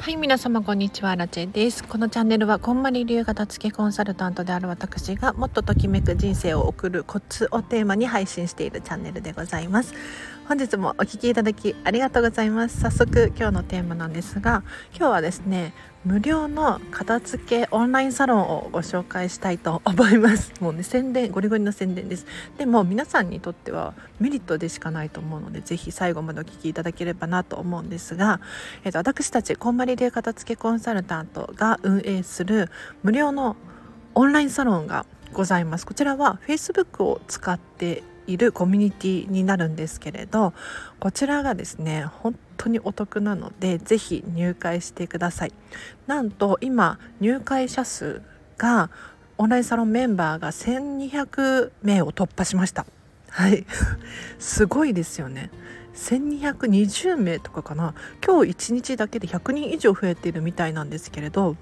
はい、皆様こんにちは、ラチェです。このチャンネルはこんまり流片付けコンサルタントである私がもっとときめく人生を送るコツをテーマに配信しているチャンネルでございます。本日もお聞きいただきありがとうございます。早速今日のテーマなんですが、今日はですね、無料の片付けオンラインサロンをご紹介したいと思います。もうね、宣伝、ゴリゴリの宣伝です。でも皆さんにとってはメリットでしかないと思うので、ぜひ最後までお聞きいただければなと思うんですが、私たちこんまり流片付けコンサルタントが運営する無料のオンラインサロンがございます。こちらは Facebook を使っているコミュニティになるんですけれど、こちらがですね本当にお得なのでぜひ入会してください。なんと今入会者数がオンラインサロンメンバーが1200名を突破しました。はいすごいですよね。1220名とかかな。今日1日だけで100人以上増えているみたいなんですけれど、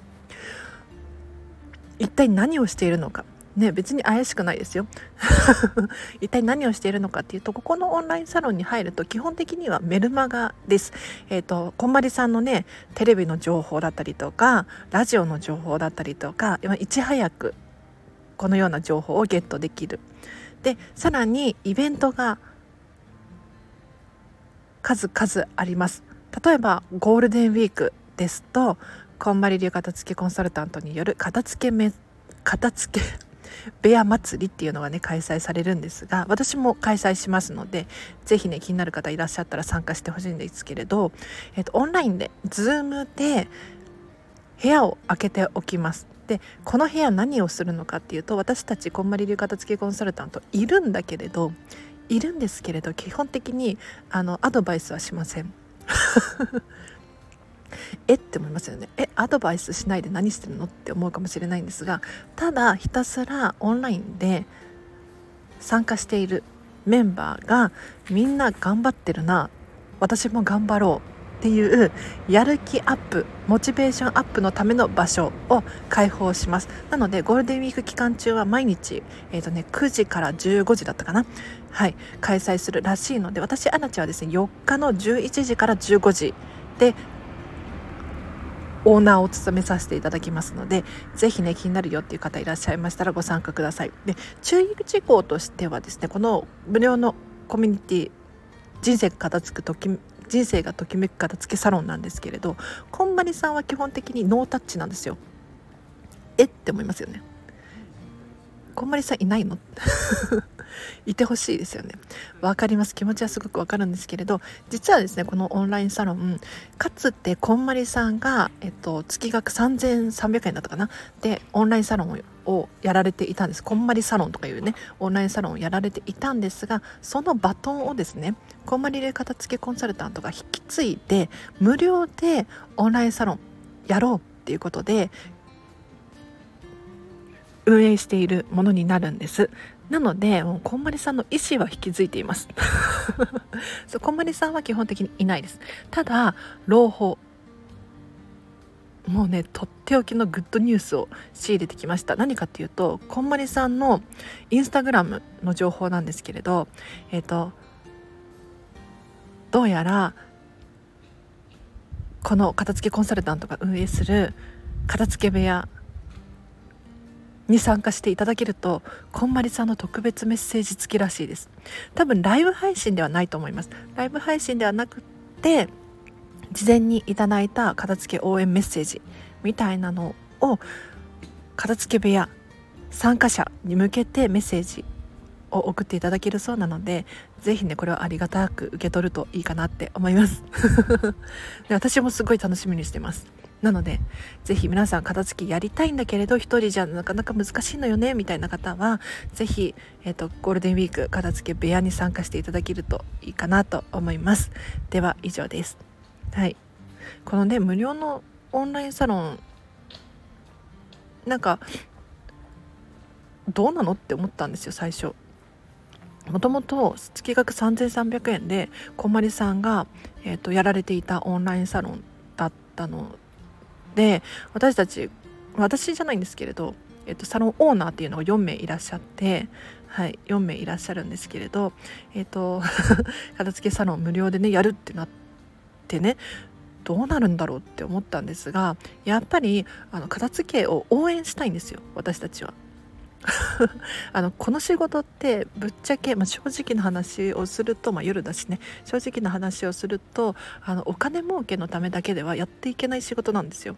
一体何をしているのかね、別に怪しくないですよ一体何をしているのかっていうと、ここのオンラインサロンに入ると基本的にはメルマガです。こんまりさんのね、テレビの情報だったりとかラジオの情報だったりとか、いち早くこのような情報をゲットできる。でさらにイベントが数々あります。例えばゴールデンウィークですと、こんまり流片付けコンサルタントによる片付け部屋祭りっていうのがね開催されるんですが、私も開催しますので、ぜひね気になる方いらっしゃったら参加してほしいんですけれど、オンラインで Zoom で部屋を開けておきます。でこの部屋何をするのかっていうと、私たちこんまり流片付けコンサルタントいるんですけれど、基本的にアドバイスはしませんって思いますよね。アドバイスしないで何してるのって思うかもしれないんですが、ただひたすらオンラインで参加しているメンバーがみんな頑張ってるな、私も頑張ろうっていうやる気アップ、モチベーションアップのための場所を開放します。なのでゴールデンウィーク期間中は毎日、9時から15時だったかな、開催するらしいので、私アナチはですね4日の11時から15時でオーナーを務めさせていただきますので、ぜひね気になるよっていう方いらっしゃいましたらご参加ください。で注意事項としてはですね、この無料のコミュニティ人生がときめく片付けサロンなんですけれど、こんまりさんは基本的にノータッチなんですよ。って思いますよね。こんまりさんいないのいてほしいですよね。わかります。気持ちはすごくわかるんですけれど、実はですねこのオンラインサロンかつてこんまりさんが、月額3300円だったかなでオンラインサロンをやられていたんです。こんまりサロンとかいうねオンラインサロンをやられていたんですが、そのバトンをですねこんまり流片付けコンサルタントが引き継いで無料でオンラインサロンやろうっていうことで運営しているものになるんです。なのでもうこんまりさんの意思は引き継いでいますそうこんまりさんは基本的にいないです。ただ朗報、もうねとっておきのグッドニュースを仕入れてきました。何かっていうと、こんまりさんのインスタグラムの情報なんですけれど、どうやらこの片付けコンサルタントが運営する片付け部屋に参加していただけると、こんまりさんの特別メッセージ付きらしいです。多分ライブ配信ではないと思います。ライブ配信ではなくて、事前にいただいた片付け応援メッセージみたいなのを片付け部屋参加者に向けてメッセージを送っていただけるそうなので、ぜひねこれはありがたく受け取るといいかなって思いますで私もすごい楽しみにしてます。なのでぜひ皆さん片付けやりたいんだけれど一人じゃなかなか難しいのよねみたいな方は、ぜひ、ゴールデンウィーク片付け部屋に参加していただけるといいかなと思います。では以上です。このね無料のオンラインサロンなんかどうなのって思ったんですよ最初。もともと月額3300円でこんまりさんが、やられていたオンラインサロンだったので、私じゃないんですけれど、サロンオーナーっていうのが4名いらっしゃって、4名いらっしゃるんですけれど、片付けサロン無料でねやるってなってね、 どうなるんだろうって思ったんですが、やっぱり片付けを応援したいんですよ、私たちは。この仕事ってぶっちゃけ、正直な話をすると、夜だしね、正直な話をするとお金儲けのためだけではやっていけない仕事なんですよ。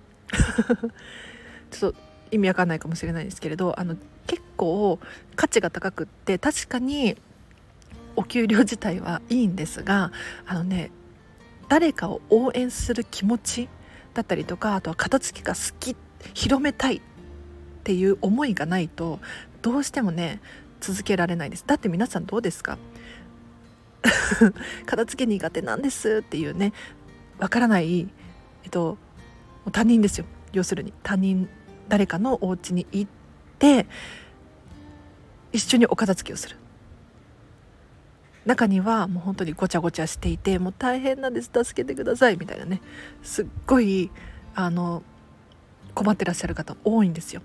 ちょっと意味わかんないかもしれないですけれど、結構価値が高くって、確かにお給料自体はいいんですが、誰かを応援する気持ちだったりとか、あとは片付けが好き、広めたいっていう思いがないとどうしてもね続けられないです。だって皆さんどうですか？片付け苦手なんですっていうね、わからない、他人ですよ。要するに他人、誰かのお家に行って一緒にお片付けをする。中にはもう本当にごちゃごちゃしていて、もう大変なんです、助けてくださいみたいなね、すっごい困ってらっしゃる方多いんですよ。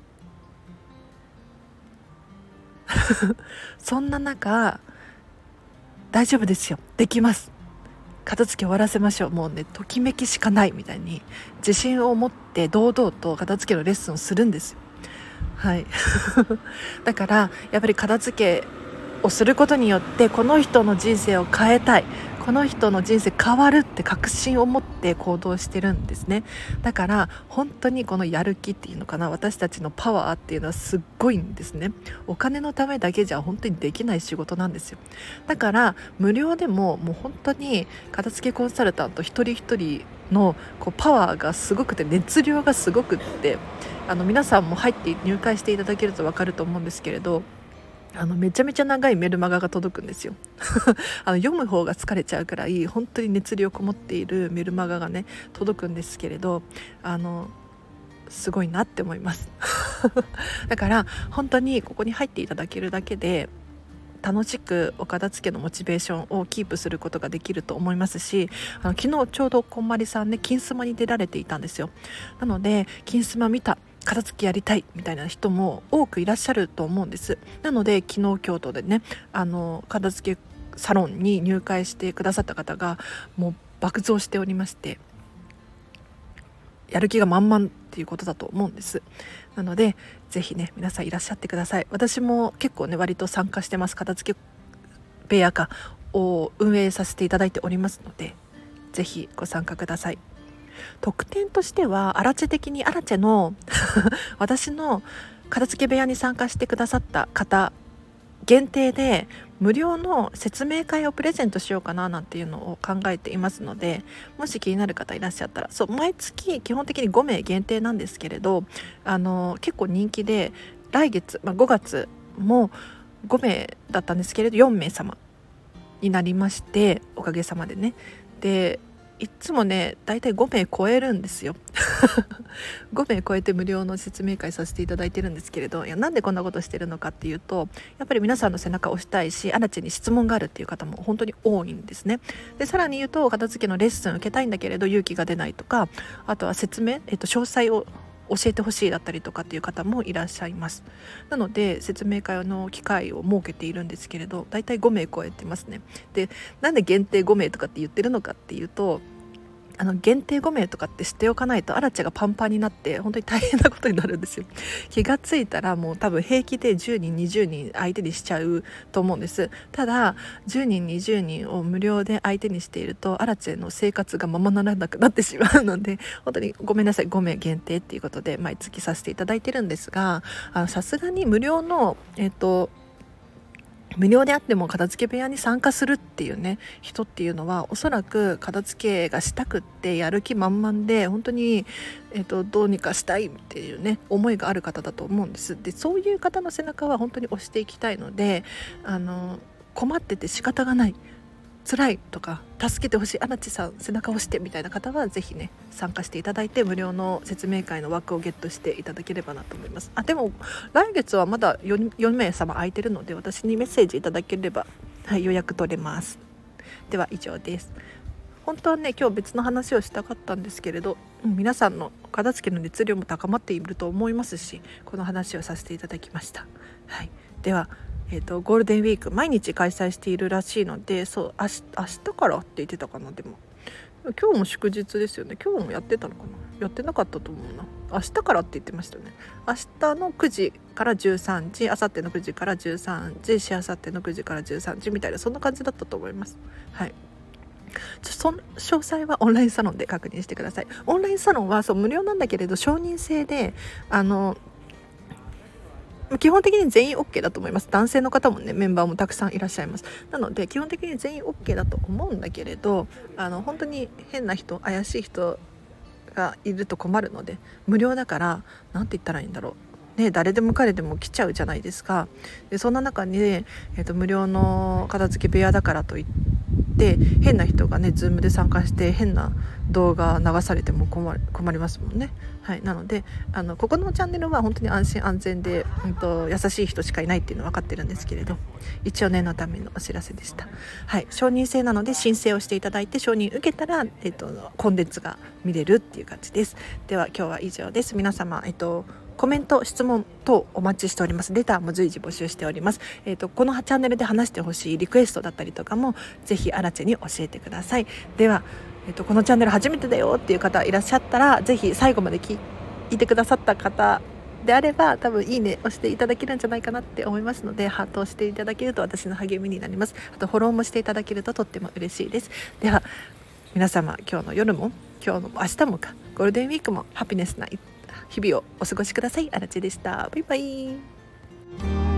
そんな中、大丈夫ですよ、できます、片付け終わらせましょう、もうねときめきしかないみたいに自信を持って堂々と片付けのレッスンをするんですよ。はいだからやっぱり片付けをすることによって、この人の人生を変えたい、この人の人生変わるって確信を持って行動してるんですね。だから本当にこのやる気っていうのかな、私たちのパワーっていうのはすっごいんですね。お金のためだけじゃ本当にできない仕事なんですよ。だから無料でももう本当に片付けコンサルタント一人一人のパワーがすごくて、熱量がすごくって、皆さんも入って入会していただけると分かると思うんですけれど、めちゃめちゃ長いメルマガが届くんですよ読む方が疲れちゃうくらい本当に熱量こもっているメルマガがね届くんですけれど、すごいなって思いますだから本当にここに入っていただけるだけで楽しくお片付けのモチベーションをキープすることができると思いますし、昨日ちょうどこんまりさんね金スマに出られていたんですよ。なので金スマ見た、片付けやりたいみたいな人も多くいらっしゃると思うんです。なので昨日京都でね片付けサロンに入会してくださった方がもう爆増しておりまして、やる気が満々っていうことだと思うんです。なのでぜひね皆さんいらっしゃってください。私も結構ね割と参加してます。片付け部屋を運営させていただいておりますので、ぜひご参加ください。特典としてはアラチェ的に、アラチェの私の片付け部屋に参加してくださった方限定で無料の説明会をプレゼントしようかななんていうのを考えていますので、もし気になる方いらっしゃったら、毎月基本的に5名限定なんですけれど、結構人気で来月、5月も5名だったんですけれど4名様になりまして、おかげさまでね。でいつもねだいたい5名超えるんですよ5名超えて無料の説明会させていただいてるんですけれど、なんでこんなことしてるのかっていうと、やっぱり皆さんの背中を押したいし、新地に質問があるっていう方も本当に多いんですね。でさらに言うと、片付けのレッスン受けたいんだけれど勇気が出ないとか、あとは説明、詳細を教えてほしいだったりとかっていう方もいらっしゃいます。なので説明会の機会を設けているんですけれど、だいたい5名超えてますね。でなんで限定5名とかって言ってるのかっていうと、限定5名とかって知っておかないとアラチェがパンパンになって本当に大変なことになるんですよ。気がついたらもう多分平気で10人20人相手にしちゃうと思うんです。ただ10人20人を無料で相手にしているとアラチェの生活がままならなくなってしまうので、本当にごめんなさい、5名限定っていうことで毎月させていただいてるんですが、さすがに無料の無料であっても片付け部屋に参加するっていうね人っていうのは、おそらく片付けがしたくってやる気満々で本当に、どうにかしたいっていうね思いがある方だと思うんです。でそういう方の背中は本当に押していきたいので、困ってて仕方がない、辛いとか助けてほしい、アナチさん背中を押してみたいな方はぜひね参加していただいて無料の説明会の枠をゲットしていただければなと思います。でも来月はまだ 4名様空いてるので、私にメッセージいただければ、予約取れます。では以上です。本当はね今日別の話をしたかったんですけれど、皆さんの片付けの熱量も高まっていると思いますし、この話をさせていただきました。ではゴールデンウィーク毎日開催しているらしいので、明日からって言ってたかな。でも今日も祝日ですよね。今日もやってたのかな、やってなかったと思うな。明日からって言ってましたよね。明日の9時から13時、明後日の9時から13時、しあさっての9時から13時みたいな、そんな感じだったと思います。はい。その詳細はオンラインサロンで確認してください。オンラインサロンはそう無料なんだけれど承認制で、基本的に全員 OK だと思います。男性の方もねメンバーもたくさんいらっしゃいます。なので基本的に全員 OK だと思うんだけれど、本当に変な人、怪しい人がいると困るので、無料だからなんて言ったらいいんだろうね、誰でも彼でも来ちゃうじゃないですか。でそんな中に、無料の片付け部屋だからといって変な人がね Zoom で参加して変な動画流されても困りますもんね。はい、なのでここのチャンネルは本当に安心安全で、優しい人しかいないっていうのは分かってるんですけれど、一応念のためのお知らせでした。はい、承認制なので申請をしていただいて承認受けたら、コンテンツが見れるっていう感じです。では今日は以上です。皆様、コメント質問等お待ちしております。レターも随時募集しております。このチャンネルで話してほしいリクエストだったりとかもぜひアラチェに教えてください。では、このチャンネル初めてだよっていう方いらっしゃったら、ぜひ最後まで聞いてくださった方であれば多分いいね押していただけるんじゃないかなって思いますので、ハートをしていただけると私の励みになります。あとフォローもしていただけるととっても嬉しいです。では皆様、今日の夜も今日の明日もかゴールデンウィークもハピネスな日々をお過ごしください。あらちでした。バイバイ。